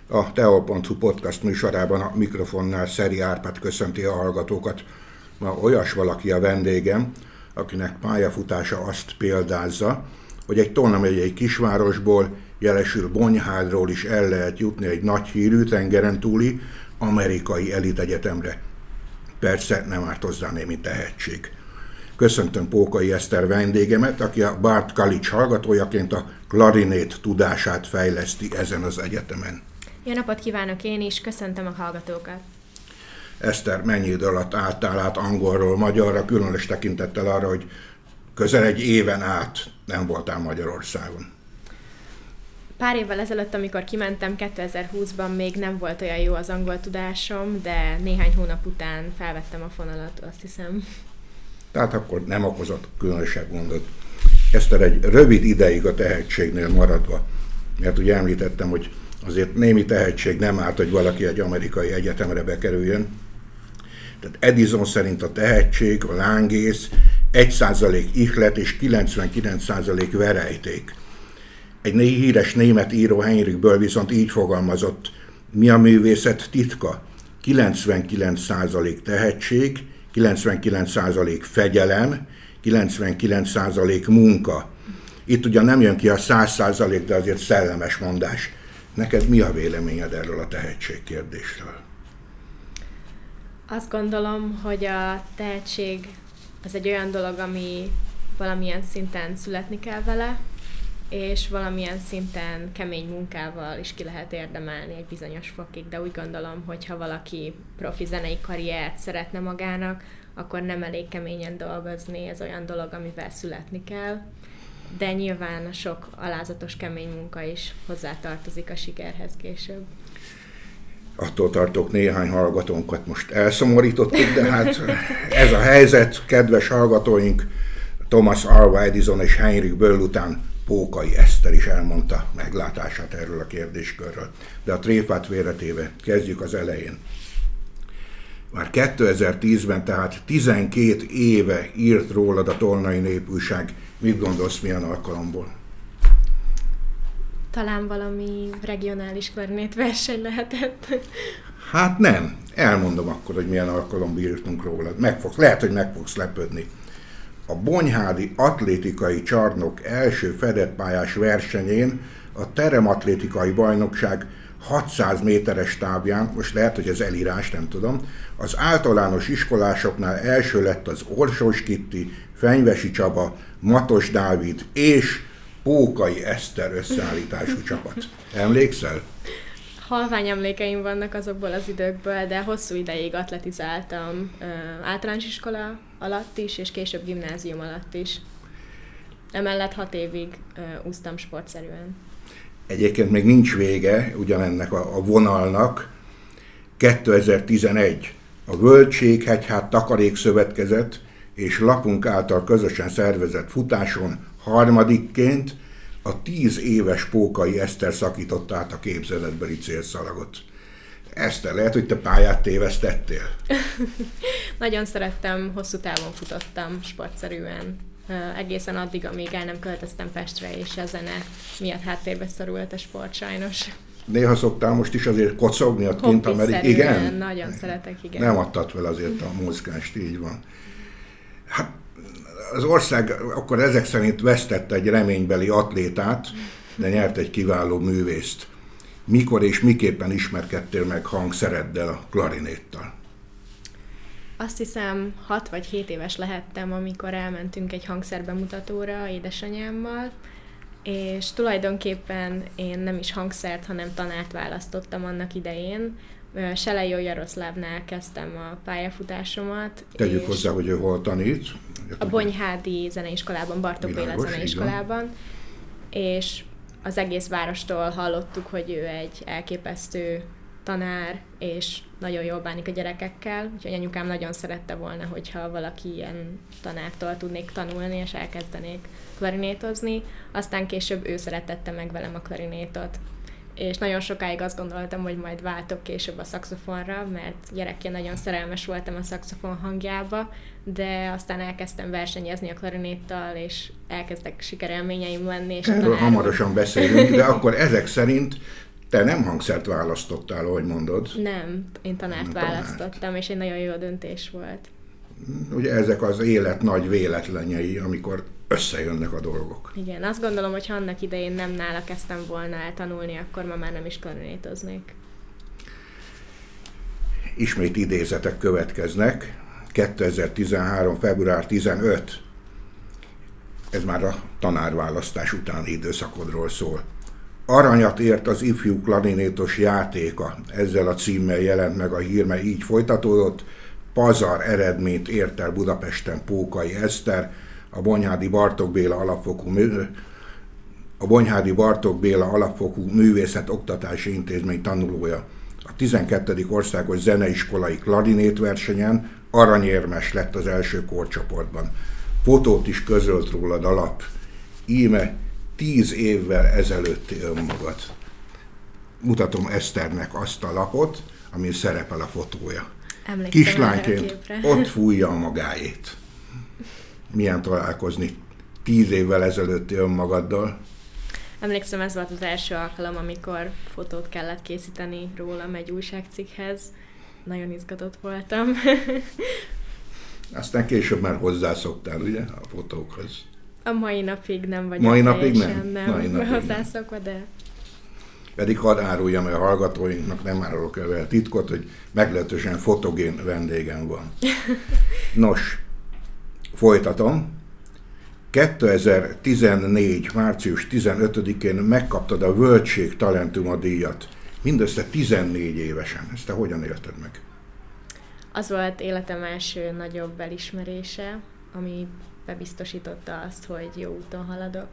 A Teol.hu podcast műsorában a mikrofonnál Szeri Árpád köszönti a hallgatókat. Ma olyas valaki a vendégem, akinek pályafutása azt példázza, hogy egy Tolna megyei kisvárosból, jelesül Bonyhádról is el lehet jutni egy nagy hírű tengeren túli amerikai elitegyetemre. Persze nem árt hozzá némi tehetség. Köszöntöm Pókai Eszter vendégemet, aki a Bard College hallgatójaként a klarinét tudását fejleszti ezen az egyetemen. Jó napot kívánok én is, köszöntöm a hallgatókat. Eszter, mennyi idő alatt álltál át angolról magyarra, különös tekintettel arra, hogy közel egy éven át nem voltál Magyarországon? Pár évvel ezelőtt, amikor kimentem 2020-ban, még nem volt olyan jó az angol tudásom, de néhány hónap után felvettem a fonalat, azt hiszem. Tehát akkor nem okozott különösebb gondot. Eszter, egy rövid ideig a tehetségnél maradva, mert ugye említettem, hogy azért némi tehetség nem árt, hogy valaki egy amerikai egyetemre bekerüljön. Tehát Edison szerint a tehetség, a lángész 1% ihlet és 99% verejték. Egy híres német író Heinrich Böll viszont így fogalmazott: mi a művészet titka? 99% tehetség, 99% fegyelem, 99% munka. Itt ugyan nem jön ki a 100%, de azért szellemes mondás. Neked mi a véleményed erről a tehetség kérdésről? Azt gondolom, hogy a tehetség az egy olyan dolog, ami valamilyen szinten születni kell vele, és valamilyen szinten kemény munkával is ki lehet érdemelni egy bizonyos fokig, de úgy gondolom, hogy ha valaki profi zenei karriert szeretne magának, akkor nem elég keményen dolgozni, ez olyan dolog, amivel születni kell, de nyilván a sok alázatos kemény munka is hozzátartozik a sikerhez később. Attól tartok, néhány hallgatónkat most elszomorítottuk, de hát ez a helyzet, kedves hallgatóink, Thomas Alva Edison és Heinrich Böll után Pókai Eszter is elmondta meglátását erről a kérdéskörről. De a tréfát félretéve kezdjük az elején. Már 2010-ben, tehát 12 éve írt rólad a Tolnai Népújság. Mit gondolsz, milyen alkalomból? Talán valami regionális klarinétverseny lehetett. Hát nem. Elmondom akkor, hogy milyen alkalomból írtunk rólad. Lehet, hogy meg fogsz lepődni. A Bonyhádi Atlétikai Csarnok első fedettpályás versenyén a terematlétikai bajnokság 600 méteres távján, most lehet, hogy ez elírás, nem tudom, az általános iskolásoknál első lett az Orsós Kitti, Fenyvesi Csaba, Matos Dávid és Pókai Eszter összeállítású csapat. Emlékszel? Halvány emlékeim vannak azokból az időkből, de hosszú ideig atletizáltam általános iskola alatt is, és később gimnázium alatt is. Emellett 6 évig úsztam sportszerűen. Egyébként még nincs vége ugyanennek a vonalnak. 2011 a Völgységhegyhád Takarékszövetkezet és lapunk által közösen szervezett futáson harmadikként a 10 éves Pókai Eszter szakította át a képzeletbeli célszalagot. Eszter, lehet, hogy te pályát tévesztettél? Nagyon szerettem, hosszú távon futottam sportszerűen. Egészen addig, amíg el nem költöztem Pestre, és a zene miatt háttérbe szorult a sport sajnos. Néha szoktál most is azért kocogni ott kint, igen? Nagyon szeretek, igen. Nem adtad fel azért a mozgást, így van. Hát az ország akkor ezek szerint vesztette egy reménybeli atlétát, de nyert egy kiváló művészt. Mikor és miképpen ismerkedtél meg hangszereddel, a klarinéttal? Azt hiszem 6 vagy 7 éves lehettem, amikor elmentünk egy hangszerbemutatóra édesanyámmal, és tulajdonképpen én nem is hangszert, hanem tanárt választottam annak idején. Selejó Jaroszlávnál kezdtem a pályafutásomat. Tegyük hozzá, hogy ő hol tanít? A Bonyhádi zeneiskolában, Bartók Béla zeneiskolában, és az egész várostól hallottuk, hogy ő egy elképesztő tanár, és nagyon jól bánik a gyerekekkel, úgyhogy anyukám nagyon szerette volna, hogyha valaki ilyen tanártól tudnék tanulni, és elkezdenék klarinétozni. Aztán később ő szeretette meg velem a klarinétot. És nagyon sokáig azt gondoltam, hogy majd váltok később a szaxofonra, mert gyerekként nagyon szerelmes voltam a szaxofon hangjába, de aztán elkezdtem versenyezni a klarinéttal, és elkezdtek sikerélményeim lenni. És erről hamarosan beszélünk, de akkor ezek szerint te nem hangszert választottál, ahogy mondod. Nem, én tanárt választottam, és egy nagyon jó döntés volt. Ugye ezek az élet nagy véletlenjei, amikor összejönnek a dolgok. Igen, azt gondolom, hogy ha annak idején nem nála kezdtem volna el tanulni, akkor ma már nem is klarinétoznék. Ismét idézetek következnek. 2013. február 15. Ez már a tanárválasztás utáni időszakodról szól. Aranyat ért az ifjú klarinétos játéka. Ezzel a címmel jelent meg a hír, mert így folytatódott. Pazar eredményt ért el Budapesten Pókai Eszter, a Bonyhádi Bartók Béla Alapfokú Művészet-oktatási Intézmény tanulója. A 12. országos zeneiskolai klarinétversenyen aranyérmes lett az első korcsoportban. Fotót is közölt rólad a lap. Íme 10 évvel ezelőtti önmagad. Mutatom Eszternek azt a lapot, amin szerepel a fotója. Emlékszem kislányként ott fújja a magáét. Milyen találkozni 10 évvel ezelőtti önmagaddal? Emlékszem, ez volt az első alkalom, amikor fotót kellett készíteni rólam egy újságcikkhez. Nagyon izgatott voltam. Aztán később már hozzászoktál, ugye, a fotókhoz. A mai napig nem vagyok nem hozzászokva, de... Pedig hadd áruljam el a hallgatóinknak, nem árulok el titkot, hogy meglehetősen fotogén vendégem van. Nos, folytatom. 2014. március 15-én megkaptad a Völtség Talentuma díjat. Mindössze 14 évesen. Ezt te hogyan élted meg? Az volt életem első nagyobb elismerése, ami bebiztosította azt, hogy jó úton haladok.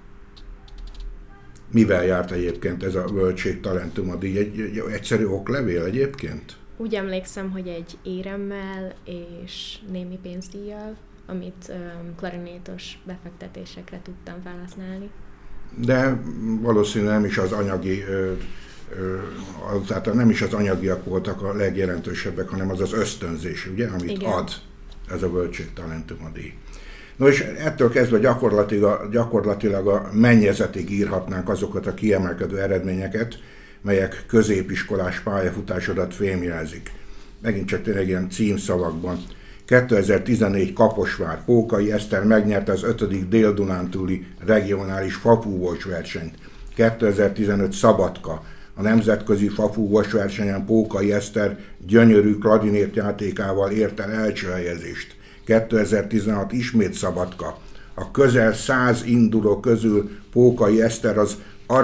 Mivel járt egyébként ez a Völtség Talentuma díj? Egy egyszerű oklevél egyébként? Úgy emlékszem, hogy egy éremmel és némi pénzdíjjal, amit klarinétos befektetésekre tudtam felhasználni. De valószínűleg nem is az anyagi, tehát nem is az anyagiak voltak a legjelentősebbek, hanem az ösztönzés, ugye, amit igen, ad ez a Völtség Talentuma díj. No és ettől kezdve gyakorlatilag a mennyezetig írhatnánk azokat a kiemelkedő eredményeket, melyek középiskolás pályafutásodat fémjelzik. Megint csak tényleg ilyen címszavakban. 2014 Kaposvár, Pókai Eszter megnyerte az 5. Dél-Dunántúli regionális fafúvós versenyt. 2015 Szabadka, a nemzetközi fafúvós versenyen Pókai Eszter gyönyörű klarinét játékával ért el első helyezést. 2016 ismét Szabadka. A közel 100 induló közül Pókai Eszter az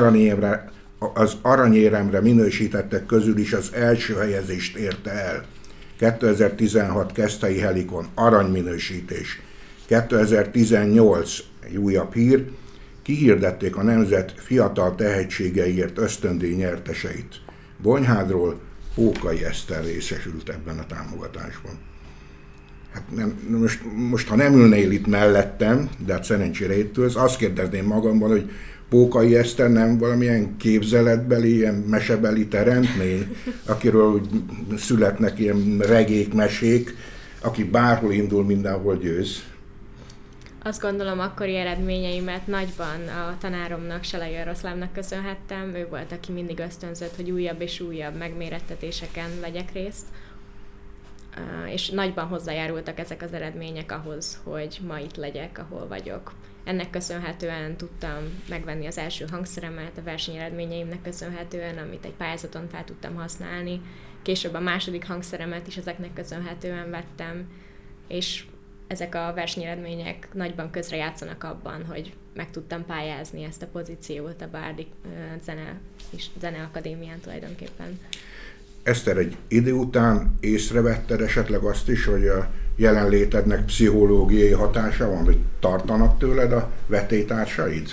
aranyéremre minősítettek közül is az első helyezést érte el. 2016 Keszthelyi Helikon, aranyminősítés. 2018, egy újabb hír, kihirdették a nemzet fiatal tehetségeiért ösztöndíj nyerteseit. Bonyhádról Pókai Eszter részesült ebben a támogatásban. Hát most ha nem ülnél itt mellettem, de hát szerencsére itt ülsz, azt kérdezném magamban, hogy Pókai Eszter nem valamilyen képzeletbeli, ilyen mesebeli teremtmény, akiről úgy születnek ilyen regék, mesék, aki bárhol indul, mindenhol győz. Azt gondolom, akkori eredményeimet nagyban a tanáromnak, Selei Jaroszlávnak köszönhettem. Ő volt, aki mindig ösztönzött, hogy újabb és újabb megmérettetéseken vegyek részt. És nagyban hozzájárultak ezek az eredmények ahhoz, hogy ma itt legyek, ahol vagyok. Ennek köszönhetően tudtam megvenni az első hangszeremet, a versenyeredményeimnek köszönhetően, amit egy pályázaton fel tudtam használni. Később a második hangszeremet is ezeknek köszönhetően vettem, és ezek a versenyeredmények nagyban közrejátszanak abban, hogy meg tudtam pályázni ezt a pozíciót a Bárdi Zeneakadémián tulajdonképpen. Eszter, egy idő után észrevetted esetleg azt is, hogy a jelenlétednek pszichológiai hatása van, hogy tartanak tőled a vetélytársaid?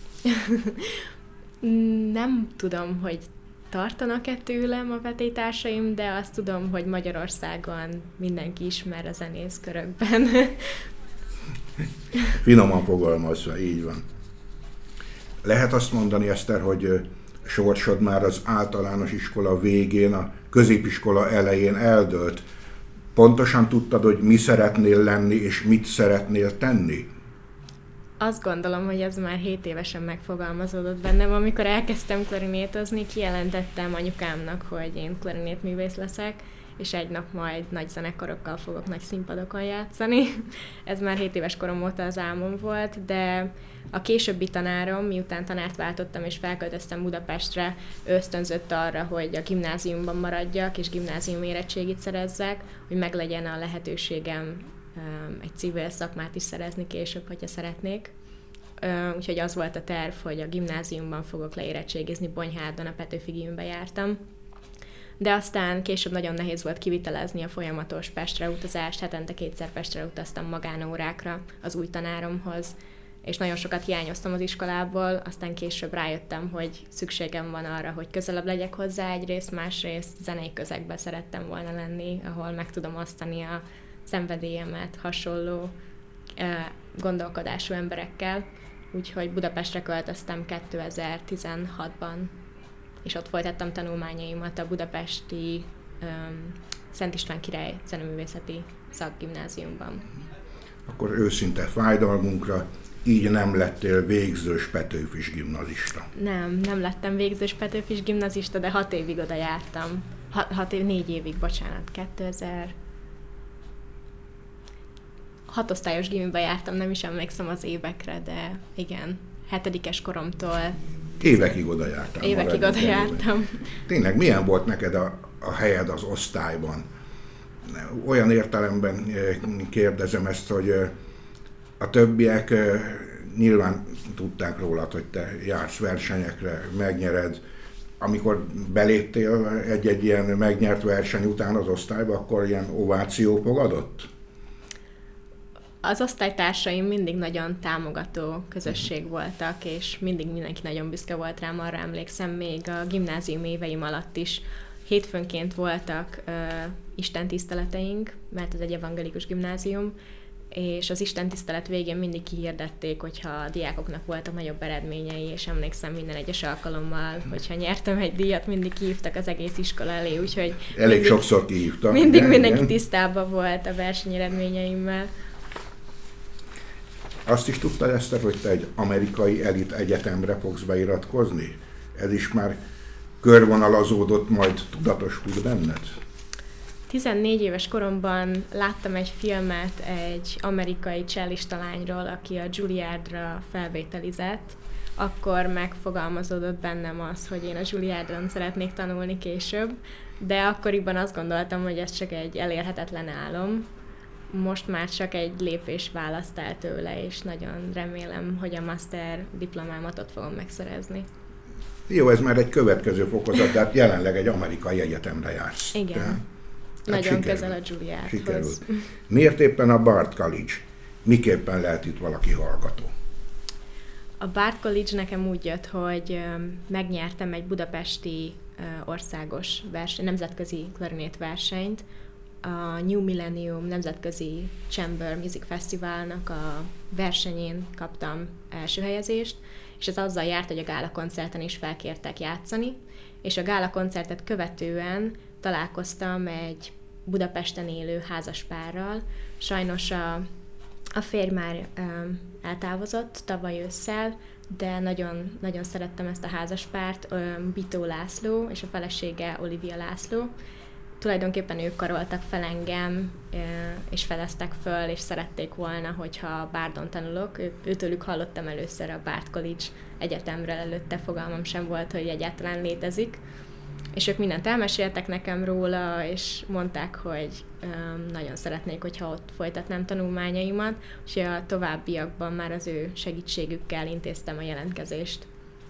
Nem tudom, hogy tartanak-e tőlem a vetélytársaim, de azt tudom, hogy Magyarországon mindenki ismer a zenészkörökben. Finoman fogalmazva, így van. Lehet azt mondani, Eszter, hogy sorsod már az általános iskola végén, a középiskola elején eldőlt. Pontosan tudtad, hogy mi szeretnél lenni, és mit szeretnél tenni? Azt gondolom, hogy ez már 7 évesen megfogalmazódott bennem. Amikor elkezdtem klarinétozni, kijelentettem anyukámnak, hogy én klarinétművész leszek, és egy nap majd nagy zenekarokkal fogok nagy színpadokon játszani. Ez már 7 éves korom óta az álmom volt, de a későbbi tanárom, miután tanárt váltottam és felköltöztem Budapestre, ösztönzött arra, hogy a gimnáziumban maradjak, és gimnázium érettségit szerezzek, hogy meglegyen a lehetőségem egy civil szakmát is szerezni később, hogyha szeretnék. Úgyhogy az volt a terv, hogy a gimnáziumban fogok leérettségizni, Bonyhádon a Petőfi Gimbe jártam. De aztán később nagyon nehéz volt kivitelezni a folyamatos Pestre utazást, hetente 2-szer Pestre utaztam magánórákra az új tanáromhoz, és nagyon sokat hiányoztam az iskolából, aztán később rájöttem, hogy szükségem van arra, hogy közelebb legyek hozzá egyrészt, másrészt zenei közegben szerettem volna lenni, ahol meg tudom osztani a szenvedélyemet hasonló gondolkodású emberekkel, úgyhogy Budapestre költöztem 2016-ban, és ott folytattam tanulmányaimat a budapesti Szent István Király Zeneművészeti Szakgimnáziumban. Akkor őszinte fájdalmunkra így nem lettél végzős Petőfis gimnazista. Nem lettem végzős Petőfis gimnazista, de 6 évig oda jártam. 4 évig, bocsánat, 6 osztályos gimibe jártam, nem is emlékszem az évekre, de igen, 7-es koromtól. Évekig oda jártam. Évekig oda jártam. Tényleg, milyen volt neked a helyed az osztályban? Olyan értelemben kérdezem ezt, hogy a többiek nyilván tudták rólad, hogy te jársz versenyekre, megnyered. Amikor beléptél egy-egy ilyen megnyert verseny után az osztályba, akkor ilyen ováció fogadott? Az osztálytársaim mindig nagyon támogató közösség voltak, és mindig mindenki nagyon büszke volt rám, arra emlékszem, még a gimnázium éveim alatt is. Hétfőnként voltak istentiszteleteink, mert ez egy evangelikus gimnázium, és az istentisztelet végén mindig kihirdették, hogyha a diákoknak voltak nagyobb eredményei, és emlékszem minden egyes alkalommal, hogyha nyertem egy díjat, mindig kihívtak az egész iskola elé, úgyhogy elég sokszor kihívtak. Mindenki tisztában volt a versenyeredményeimmel. Azt is tudtad, Eszter, hogy te egy amerikai elit egyetemre fogsz beiratkozni? Ez is már körvonalazódott, majd tudatosult benned? 14 éves koromban láttam egy filmet egy amerikai csellista lányról, aki a Juilliardra felvételizett. Akkor megfogalmazódott bennem az, hogy én a Juilliardon szeretnék tanulni később, de akkoriban azt gondoltam, hogy ez csak egy elérhetetlen álom. Most már csak egy lépés választ el tőle, és nagyon remélem, hogy a master diplomámat ott fogom megszerezni. Jó, ez már egy következő fokozat, de hát jelenleg egy amerikai egyetemre jársz. Igen. Nagyon közel a Juilliardhoz. Miért éppen a Bard College? Miképpen lehet itt valaki hallgató? A Bard College nekem úgy jött, hogy megnyertem egy budapesti országos nemzetközi klarinétversenyt, a New Millennium Nemzetközi Chamber Music Festivalnak a versenyén kaptam első helyezést, és ez azzal járt, hogy a gála koncerten is felkértek játszani, és a gála koncertet követően találkoztam egy Budapesten élő házaspárral. Sajnos a férj már eltávozott tavaly ősszel, de nagyon, nagyon szerettem ezt a házaspárt, Bitó László és a felesége Olivia László. Tulajdonképpen ők karoltak fel engem, és fedeztek föl, és szerették volna, hogyha Bardon tanulok. Őtőlük hallottam először a Bard College egyetemről, előtte fogalmam sem volt, hogy egyáltalán létezik. És ők mindent elmeséltek nekem róla, és mondták, hogy nagyon szeretnék, hogyha ott folytatnám tanulmányaimat, és a továbbiakban már az ő segítségükkel intéztem a jelentkezést.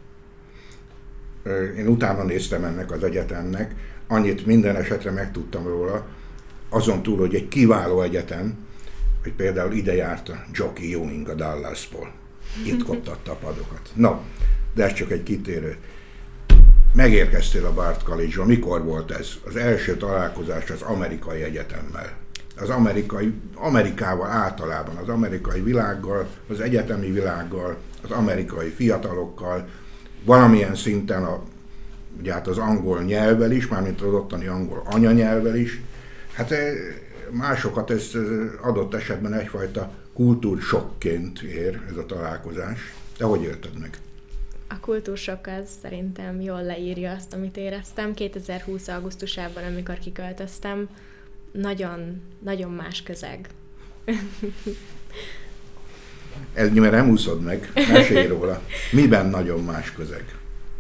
Én utána néztem ennek az egyetemnek, annyit minden esetre megtudtam róla, azon túl, hogy egy kiváló egyetem, hogy például ide járt a Jockey Ewing a Dallasból. Itt koptatta a padokat. No, de ez csak egy kitérő. Megérkeztél a Bard College-ba. Mikor volt ez? Az első találkozás az amerikai egyetemmel. Az Amerikával általában, az amerikai világgal, az egyetemi világgal, az amerikai fiatalokkal, valamilyen szinten ugye hát az angol nyelvvel is, mármint az ottani angol anyanyelvvel is. Hát másokat ez adott esetben egyfajta kultúrsokként ér ez a találkozás. Te hogy élted meg? A kultúrsok az szerintem jól leírja azt, amit éreztem. 2020. augusztusában, amikor kiköltöztem, nagyon, nagyon más közeg. Ez nyilván nem úszod meg, mesélj róla. Miben nagyon más közeg?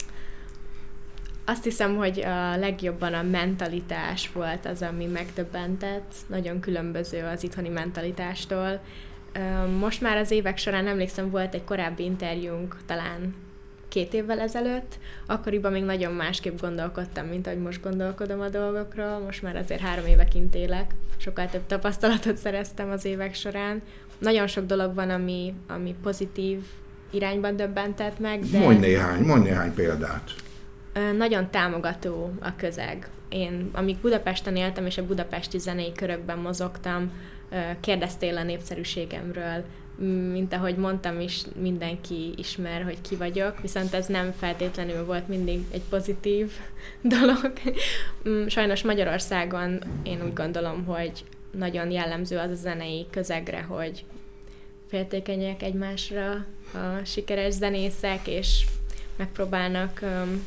Azt hiszem, hogy a legjobban a mentalitás volt az, ami megdöbbentett. Nagyon különböző az itthoni mentalitástól. Most már az évek során emlékszem, volt egy korábbi interjúnk, talán 2 évvel ezelőtt, akkoriban még nagyon másképp gondolkodtam, mint ahogy most gondolkodom a dolgokról. Most már azért 3 éve kint élek, sokkal több tapasztalatot szereztem az évek során. Nagyon sok dolog van, ami pozitív irányban döbbentett meg, de... Mondj néhány példát. Nagyon támogató a közeg. Én, amíg Budapesten éltem, és a budapesti zenei körökben mozogtam, kérdeztél a népszerűségemről, mint ahogy mondtam is, mindenki ismer, hogy ki vagyok, viszont ez nem feltétlenül volt mindig egy pozitív dolog. Sajnos Magyarországon én úgy gondolom, hogy nagyon jellemző az a zenei közegre, hogy féltékenyek egymásra a sikeres zenészek, és megpróbálnak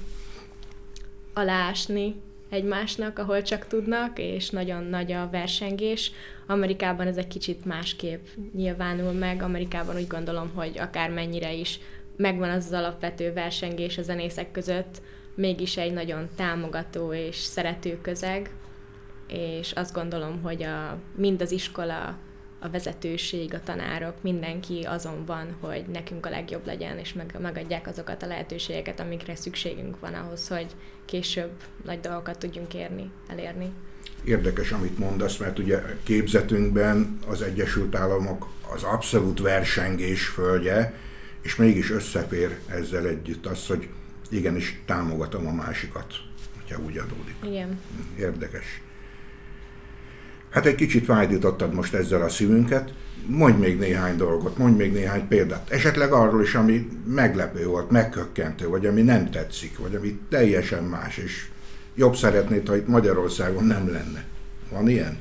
aláásni egymásnak, ahol csak tudnak, és nagyon nagy a versengés. Amerikában ez egy kicsit másképp nyilvánul meg. Amerikában úgy gondolom, hogy akármennyire is megvan az az alapvető versengés a zenészek között, mégis egy nagyon támogató és szerető közeg, és azt gondolom, hogy mind az iskola, a vezetőség, a tanárok, mindenki azon van, hogy nekünk a legjobb legyen, és megadják azokat a lehetőségeket, amikre szükségünk van ahhoz, hogy később nagy dolgokat tudjunk elérni. Érdekes, amit mondasz, mert ugye képzetünkben az Egyesült Államok az abszolút versengés földje, és mégis összefér ezzel együtt az, hogy igenis támogatom a másikat, hogyha úgy adódik. Igen. Érdekes. Hát egy kicsit fájdítottad most ezzel a szívünket. Mondj még néhány dolgot, mondj még néhány példát. Esetleg arról is, ami meglepő volt, meghökkentő, vagy ami nem tetszik, vagy ami teljesen más, és jobb szeretnéd, ha itt Magyarországon nem lenne. Van ilyen?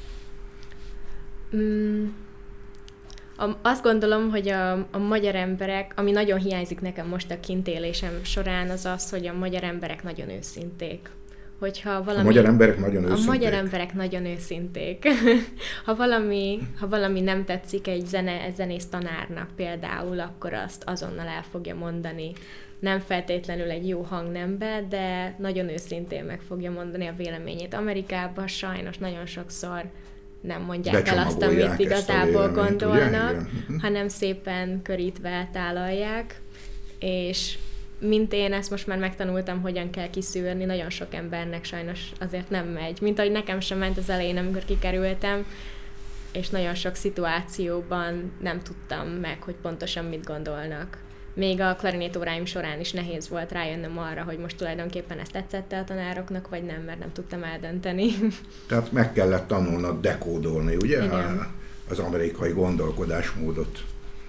Azt gondolom, hogy a magyar emberek, ami nagyon hiányzik nekem most a kintélésem során, az az, hogy a magyar emberek nagyon őszinték. A magyar emberek nagyon őszinték? A magyar emberek nagyon őszinték. Ha valami nem tetszik egy zenész tanárnak például, akkor azt azonnal el fogja mondani. Nem feltétlenül egy jó hangnembe, de nagyon őszintén meg fogja mondani a véleményét. Amerikában sajnos nagyon sokszor nem mondják el azt, amit igazából gondolnak, hanem szépen körítve tálalják, és mint én ezt most már megtanultam, hogyan kell kiszűrni, nagyon sok embernek sajnos azért nem megy. Mint ahogy nekem sem ment az elején, amikor kikerültem, és nagyon sok szituációban nem tudtam meg, hogy pontosan mit gondolnak. Még a klarinétóráim során is nehéz volt rájönnöm arra, hogy most tulajdonképpen ezt tetszett a tanároknak, vagy nem, mert nem tudtam eldönteni. Tehát meg kellett tanulnod dekódolni, ugye? Az amerikai gondolkodásmódot.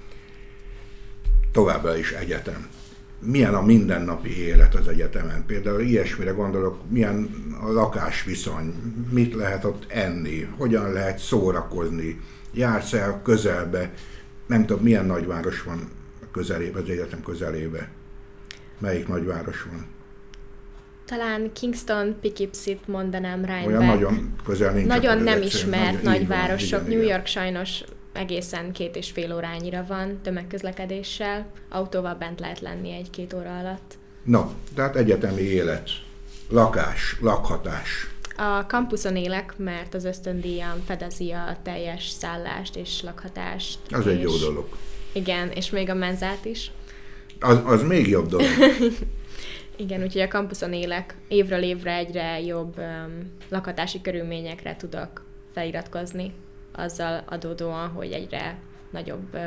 Továbbá is egyetem. Milyen a mindennapi élet az egyetemen? Például ilyesmire gondolok, milyen a lakásviszony, mit lehet ott enni, hogyan lehet szórakozni, jársz el közelbe, nem tudom, milyen nagyváros van közelébe, az egyetem közelébe. Melyik nagyváros van? Talán Kingston, Poughkeepsie-t mondanám Rhinebeck. Olyan nagyon közel nincs. Nagyon nem ismert nagyvárosok. Igen, New York sajnos egészen 2,5 órányira van tömegközlekedéssel. Autóval bent lehet lenni 1-2 óra alatt. No, tehát egyetemi élet, lakás, lakhatás. A kampuszon élek, mert az ösztöndíjam fedezi a teljes szállást és lakhatást. Az egy jó dolog. Igen, és még a menzát is. Az még jobb dolog. Igen, úgyhogy a kampuszon élek. Évről évre egyre jobb lakhatási körülményekre tudok feliratkozni, azzal adódóan, hogy egyre nagyobb...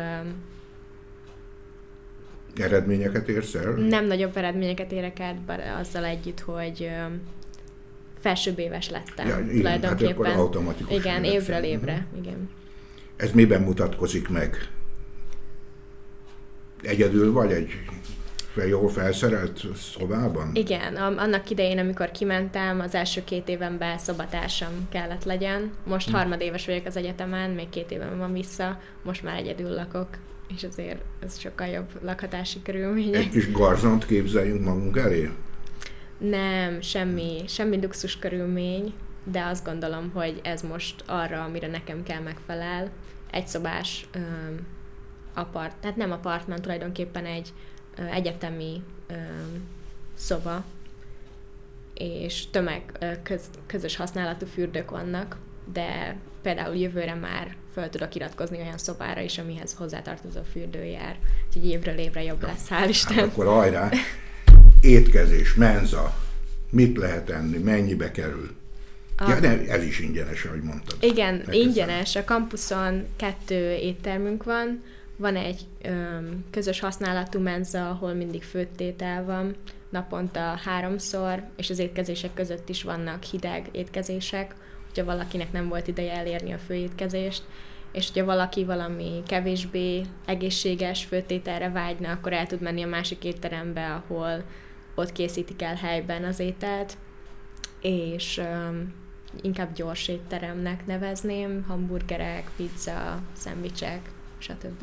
eredményeket érsz el? Nem nagyobb eredményeket érek el, azzal együtt, hogy felsőbb éves lettem. Ja, igen, hát akkor automatikusan. Igen, évről évre. Igen. Ez miben mutatkozik meg? Egyedül vagy egy jól felszerelt szobában? Igen, annak idején, amikor kimentem, az első 2 évenben szobatársam kellett legyen. Most harmadéves vagyok az egyetemen, még 2 éven van vissza, most már egyedül lakok, és azért ez sokkal jobb lakhatási körülmények. Egy kis garzont képzeljünk magunk elé? Nem, semmi luxus körülmény, de azt gondolom, hogy ez most arra, amire nekem kell, megfelel. Egyszobás tehát nem apartman, tulajdonképpen egy egyetemi szoba, és közös használatú fürdők vannak, de például jövőre már föl tudok iratkozni olyan szobára is, amihez hozzátartozó fürdő jár. Úgyhogy évről évre jobb lesz, hál' Isten. Hát akkor hajrá! Étkezés, menza, mit lehet enni, mennyibe kerül? De ez is ingyenes, ahogy mondtad. Igen, ingyenes. A kampuszon 2 éttermünk van. Van egy közös használatú menza, ahol mindig főttétel van, naponta 3-szor, és az étkezések között is vannak hideg étkezések, hogyha valakinek nem volt ideje elérni a főétkezést, és hogyha valaki valami kevésbé egészséges főtételre vágyna, akkor el tud menni a másik étterembe, ahol ott készítik el helyben az ételt, és inkább gyors étteremnek nevezném, hamburgerek, pizza, szendvicsek, stb.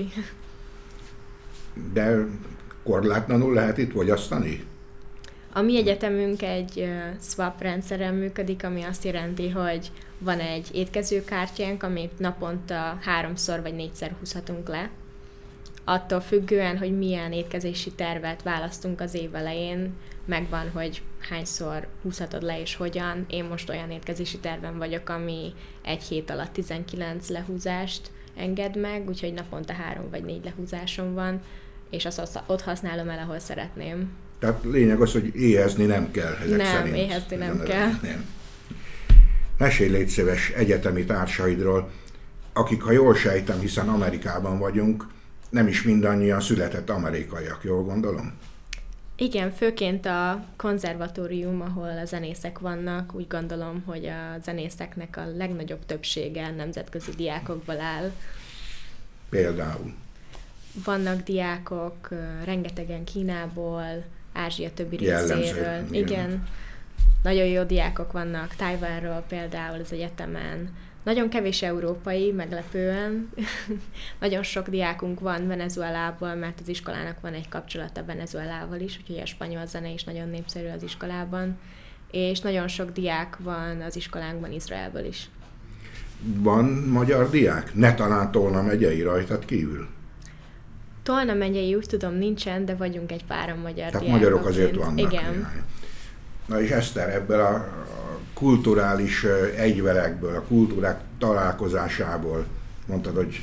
De korlátlanul lehet itt fogyasztani? A mi egyetemünk egy swap rendszerrel működik, ami azt jelenti, hogy van egy étkezőkártyánk, amit naponta 3-szor vagy 4-szer húzhatunk le. Attól függően, hogy milyen étkezési tervet választunk az év elején, megvan, hogy hányszor húzhatod le és hogyan. Én most olyan étkezési terven vagyok, ami 1 hét alatt 19 lehúzást enged meg, úgyhogy naponta 3 vagy 4 lehúzásom van, és azt ott használom el, ahol szeretném. Tehát lényeg az, hogy éhezni nem kell ezek szerint. Nem, éhezni nem kell. Nem. Mesélj légy szíves egyetemi társaidról, akik, ha jól sejtem, hiszen Amerikában vagyunk, nem is mindannyian született amerikaiak, jól gondolom? Igen, főként a konzervatórium, ahol a zenészek vannak, úgy gondolom, hogy a zenészeknek a legnagyobb többsége nemzetközi diákokból áll. Például? Vannak diákok rengetegen Kínából, Ázsia többi részéről. Igen. Nagyon jó diákok vannak Tajvánról például az egyetemen. Nagyon kevés európai, meglepően. Nagyon sok diákunk van Venezuelából, mert az iskolának van egy kapcsolata Venezuelával is, úgyhogy a spanyol zene is nagyon népszerű az iskolában. És nagyon sok diák van az iskolánkban Izraelből is. Van magyar diák? Ne talán Tolna megyei rajtad kívül? Tolna megyei úgy tudom nincsen, de vagyunk egy páran magyar diákok. Tehát magyarok azért vannak. Igen. Na és Eszter, ebből a kulturális egyvelekből, a kultúrák találkozásából, mondtad, hogy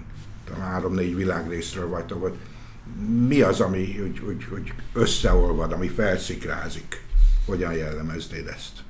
3-4 világrészről vagytok ott, mi az, ami hogy összeolvad, ami felszikrázik? Hogyan jellemeznéd ezt?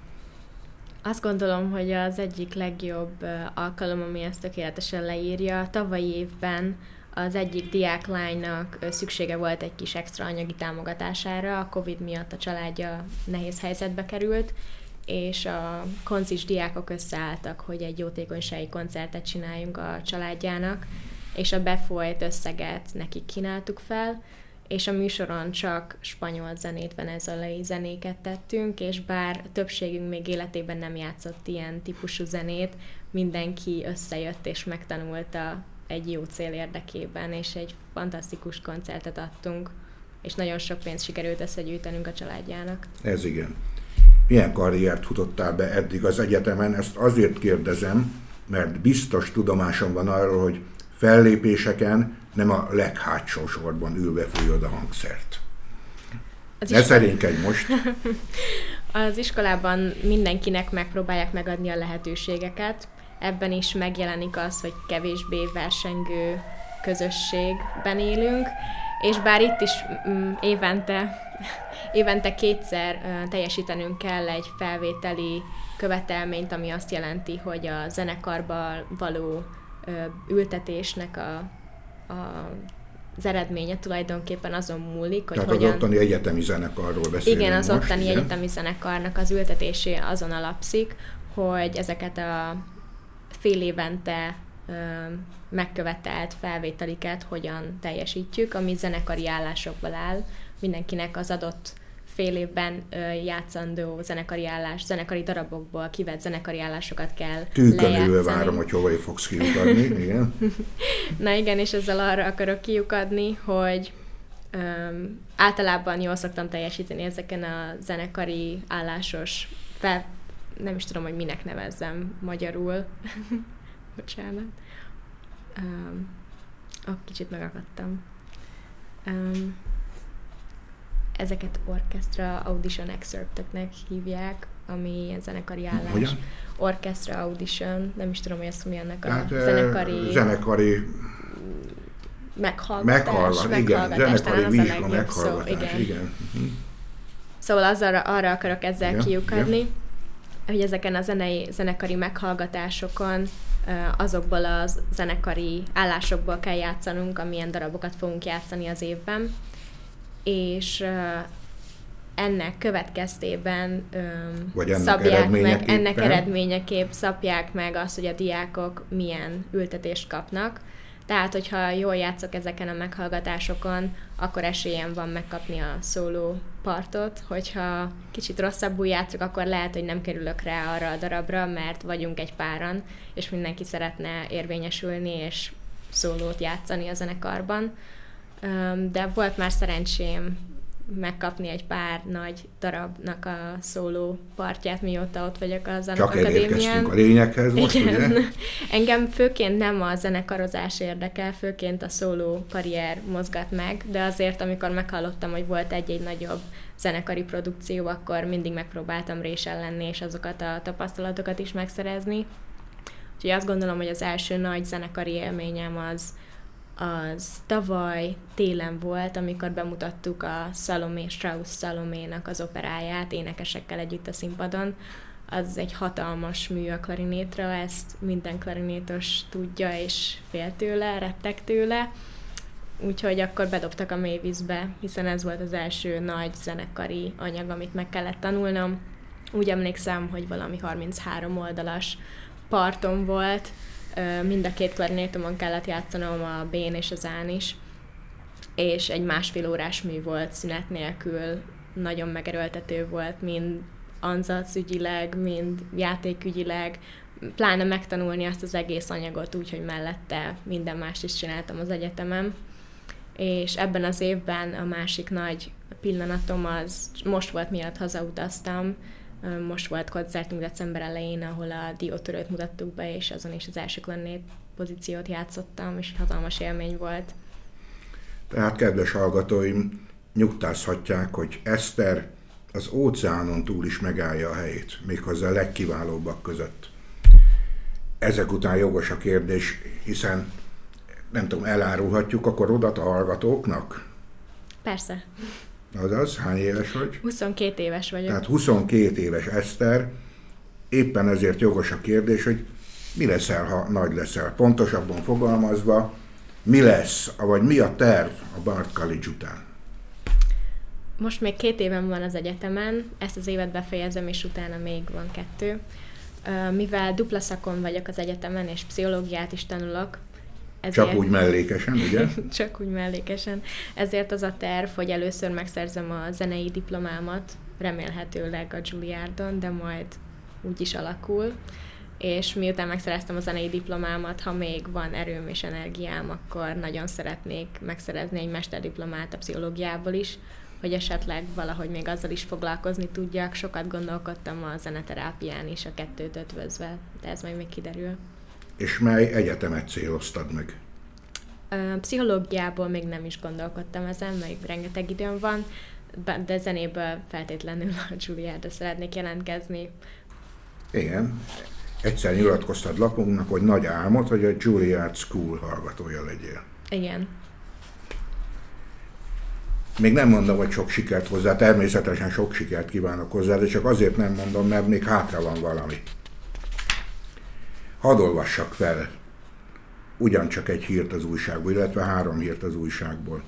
Azt gondolom, hogy az egyik legjobb alkalom, ami ezt tökéletesen leírja. Tavalyi évben az egyik diáklánynak szüksége volt egy kis extra anyagi támogatására, a Covid miatt a családja nehéz helyzetbe került, és a konzis diákok összeálltak, hogy egy jótékonysági koncertet csináljunk a családjának, és a befolyt összeget nekik kínáltuk fel, és a műsoron csak spanyol zenét, venezuelai zenéket tettünk, és bár a többségünk még életében nem játszott ilyen típusú zenét, mindenki összejött és megtanulta egy jó cél érdekében, és egy fantasztikus koncertet adtunk, és nagyon sok pénzt sikerült összegyűjtenünk a családjának. Ez igen. Milyen karriert futottál be eddig az egyetemen? Ezt azért kérdezem, mert biztos tudomásom van arról, hogy fellépéseken nem a leghátsó sorban ülve fújod a hangszert. Ne szerénykedj most! Az iskolában mindenkinek megpróbálják megadni a lehetőségeket. Ebben is megjelenik az, hogy kevésbé versengő közösségben élünk, és bár itt is évente 2-szer teljesítenünk kell egy felvételi követelményt, ami azt jelenti, hogy a zenekarban való ültetésnek az eredménye tulajdonképpen azon múlik, hogy tehát hogyan... az ottani egyetemi zenekarról beszélünk. Igen, az most, ottani igen? Egyetemi zenekarnak az ültetésé azon alapszik, hogy ezeket a fél évente megkövetelt felvételiket hogyan teljesítjük, ami zenekari állásokból áll, mindenkinek az adott fél évben játszandó zenekari darabokból kivett zenekari állásokat kell Tűkönülve várom, hogy hova fogsz kiukadni, igen. Na igen, és ezzel arra akarok kiukadni, hogy általában jól szoktam teljesíteni ezeken a zenekari állásos nem is tudom, hogy minek nevezzem magyarul. Bocsánat. Kicsit megakadtam. Ezeket orchestra audition excerpteknek hívják, ami ilyen zenekari állás. Hogyan? Orchestra audition, nem is tudom, hogy ez mi ennek hát, a zenekari meghallgatás, igen, zenekari vizsga meghallgatás, igen. Szóval arra akarok ezzel kiukadni, hogy ezeken a zenekari meghallgatásokon azokból a zenekari állásokból kell játszanunk, amilyen darabokat fogunk játszani az évben, és ennek következtében ennek eredményeképp szabják meg azt, hogy a diákok milyen ültetést kapnak. Tehát, hogyha jól játszok ezeken a meghallgatásokon, akkor esélyem van megkapni a szóló partot, hogyha kicsit rosszabbul játszok, akkor lehet, hogy nem kerülök rá arra a darabra, mert vagyunk egy páran, és mindenki szeretne érvényesülni és szólót játszani a zenekarban. De volt már szerencsém megkapni egy pár nagy darabnak a szóló partját, mióta ott vagyok a Zenekakadémián. Csak elérkeztünk a lényeghez most, igen. Ugye? Engem főként nem a zenekarozás érdekel, főként a szóló karrier mozgat meg, de azért, amikor meghallottam, hogy volt egy-egy nagyobb zenekari produkció, akkor mindig megpróbáltam résen lenni, és azokat a tapasztalatokat is megszerezni. Úgyhogy azt gondolom, hogy az első nagy zenekari élményem az tavaly télen volt, amikor bemutattuk a Strauss Szaloménak az operáját énekesekkel együtt a színpadon. Az egy hatalmas mű a klarinétra, ezt minden klarinétos tudja és fél tőle, retteg tőle. Úgyhogy akkor bedobtak a mélyvízbe, hiszen ez volt az első nagy zenekari anyag, amit meg kellett tanulnom. Úgy emlékszem, hogy valami 33 oldalas parton volt, mind a két klarinétomon kellett játszanom, a B-n és az A-n is, és egy 1,5 órás mű volt szünet nélkül, nagyon megerőltető volt, mind anzacügyileg, mind játékügyileg, pláne megtanulni azt az egész anyagot úgy, hogy mellette minden mást is csináltam az egyetemen. És ebben az évben a másik nagy pillanatom az most volt, miatt hazautaztam. Most volt koncertünk december elején, ahol a Diótörőt mutattuk be, és azon is az első klarnét pozíciót játszottam, és hatalmas élmény volt. Tehát, kedves hallgatóim, nyugtázhatják, hogy Eszter az óceánon túl is megállja a helyét, méghozzá a legkiválóbbak között. Ezek után jogos a kérdés, hiszen nem tudom, elárulhatjuk akkor odat a hallgatóknak? Persze. Azaz, hány éves vagy? 22 éves vagyok. Tehát 22 éves Eszter, éppen ezért jogos a kérdés, hogy mi leszel, ha nagy leszel? Pontosabban fogalmazva, mi lesz, vagy mi a terv a Bard College után? Most még 2 évem van az egyetemen, ezt az évet befejezem, és utána még van 2. Mivel dupla szakon vagyok az egyetemen, és pszichológiát is tanulok, ezért... Csak úgy mellékesen, ugye? Csak úgy mellékesen. Ezért az a terv, hogy először megszerzem a zenei diplomámat, remélhetőleg a Juilliardon, de majd úgy is alakul. És miután megszereztem a zenei diplomámat, ha még van erőm és energiám, akkor nagyon szeretnék megszerezni egy mesterdiplomát a pszichológiából is, hogy esetleg valahogy még azzal is foglalkozni tudjak. Sokat gondolkodtam a zeneterápián is, a kettőt ötvözve, de ez majd még kiderül. És mely egyetemet céloztad meg? Pszichológiából még nem is gondolkodtam ezen, még rengeteg időm van, de zenéből feltétlenül a Juilliardra szeretnék jelentkezni. Igen. Egyszer nyilatkoztad lapunknak, hogy nagy álmod, hogy a Juilliard School hallgatója legyél. Igen. Még nem mondom, hogy sok sikert hozzá, természetesen sok sikert kívánok hozzá, de csak azért nem mondom, mert még hátra van valami. Hadd olvassak fel ugyancsak egy hírt az újságból, illetve 3 hírt az újságból.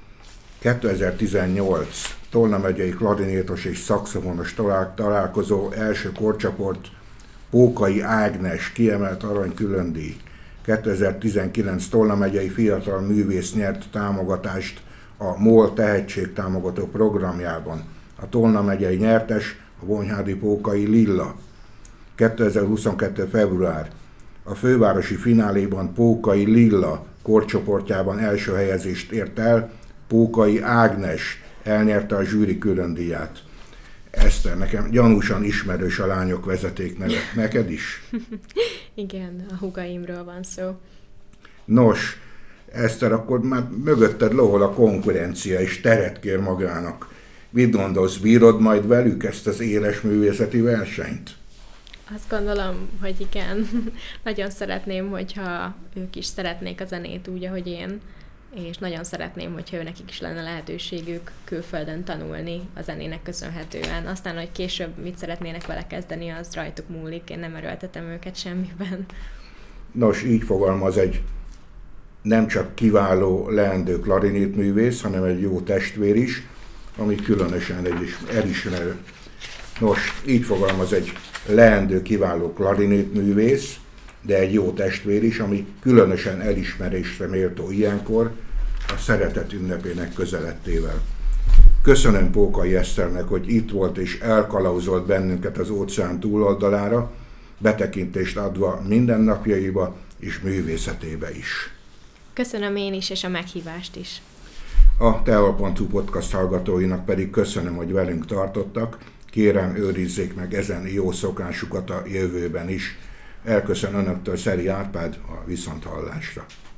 2018 Tolna megyei klarinétos és szaxofonos találkozó első korcsoport Pókai Ágnes kiemelt arany különdíj. 2019 Tolna megyei fiatal művész nyert támogatást a MOL tehetségtámogató programjában. A Tolna megyei nyertes a Bonyhádi Pókai Lilla. 2022. február. A fővárosi fináléban Pókai Lilla korcsoportjában első helyezést ért el, Pókai Ágnes elnyerte a zsűri különdíját. Eszter, nekem gyanúsan ismerős a lányok vezetékneve. Neked is? Igen, a húgaimról van szó. Nos, Eszter, akkor már mögötted lohol a konkurencia, és teret kér magának. Mit gondolsz, bírod majd velük ezt az éles művészeti versenyt? Azt gondolom, hogy igen. Nagyon szeretném, hogyha ők is szeretnék a zenét úgy, ahogy én, és nagyon szeretném, hogyha nekik is lenne lehetőségük külföldön tanulni a zenének köszönhetően. Aztán, hogy később mit szeretnének vele kezdeni, az rajtuk múlik, én nem erőltetem őket semmiben. Nos, így fogalmaz egy nem csak kiváló leendő klarinétművész, hanem egy jó testvér is, ami különösen elismerő. Nos, így fogalmaz egy leendő kiváló klarinétművész, de egy jó testvér is, ami különösen elismerésre méltó ilyenkor, a szeretet ünnepének közelettével. Köszönöm Pókai Eszternek, hogy itt volt és elkalauzolt bennünket az óceán túloldalára, betekintést adva mindennapjaiba és művészetébe is. Köszönöm én is, és a meghívást is. A teol.hu podcast hallgatóinak pedig köszönöm, hogy velünk tartottak. Kérem, őrizzék meg ezen jó szokásukat a jövőben is. Elköszön önöktől Szeri Árpád, a viszonthallásra.